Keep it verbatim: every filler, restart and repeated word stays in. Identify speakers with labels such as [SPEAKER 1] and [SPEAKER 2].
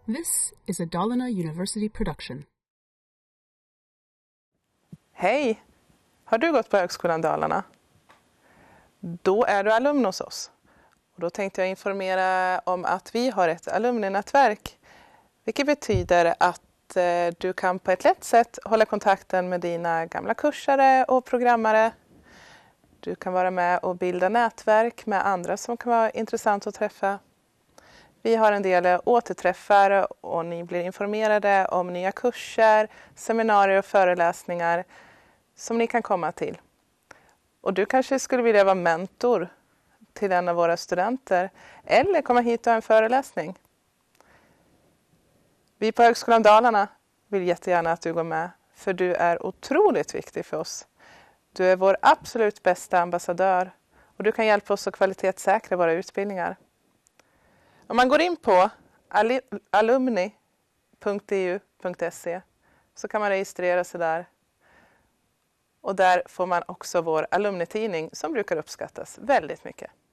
[SPEAKER 1] This is a Dalarna University production.
[SPEAKER 2] Hej! Har du gått på Högskolan Dalarna? Då är du alumn hos oss. Och då tänkte jag informera om att vi har ett alumninätverk. Vilket betyder att eh, du kan på ett lätt sätt hålla kontakten med dina gamla kursare och programmare. Du kan vara med och bilda nätverk med andra som kan vara intressant att träffa. Vi har en del återträffar och ni blir informerade om nya kurser, seminarier och föreläsningar som ni kan komma till. Och du kanske skulle vilja vara mentor till en av våra studenter eller komma hit och ha en föreläsning. Vi på Högskolan Dalarna vill jättegärna att du går med, för du är otroligt viktig för oss. Du är vår absolut bästa ambassadör och du kan hjälpa oss att kvalitetssäkra våra utbildningar. Om man går in på alumni punkt e u punkt se så kan man registrera sig där. Och där får man också vår alumnitidning som brukar uppskattas väldigt mycket.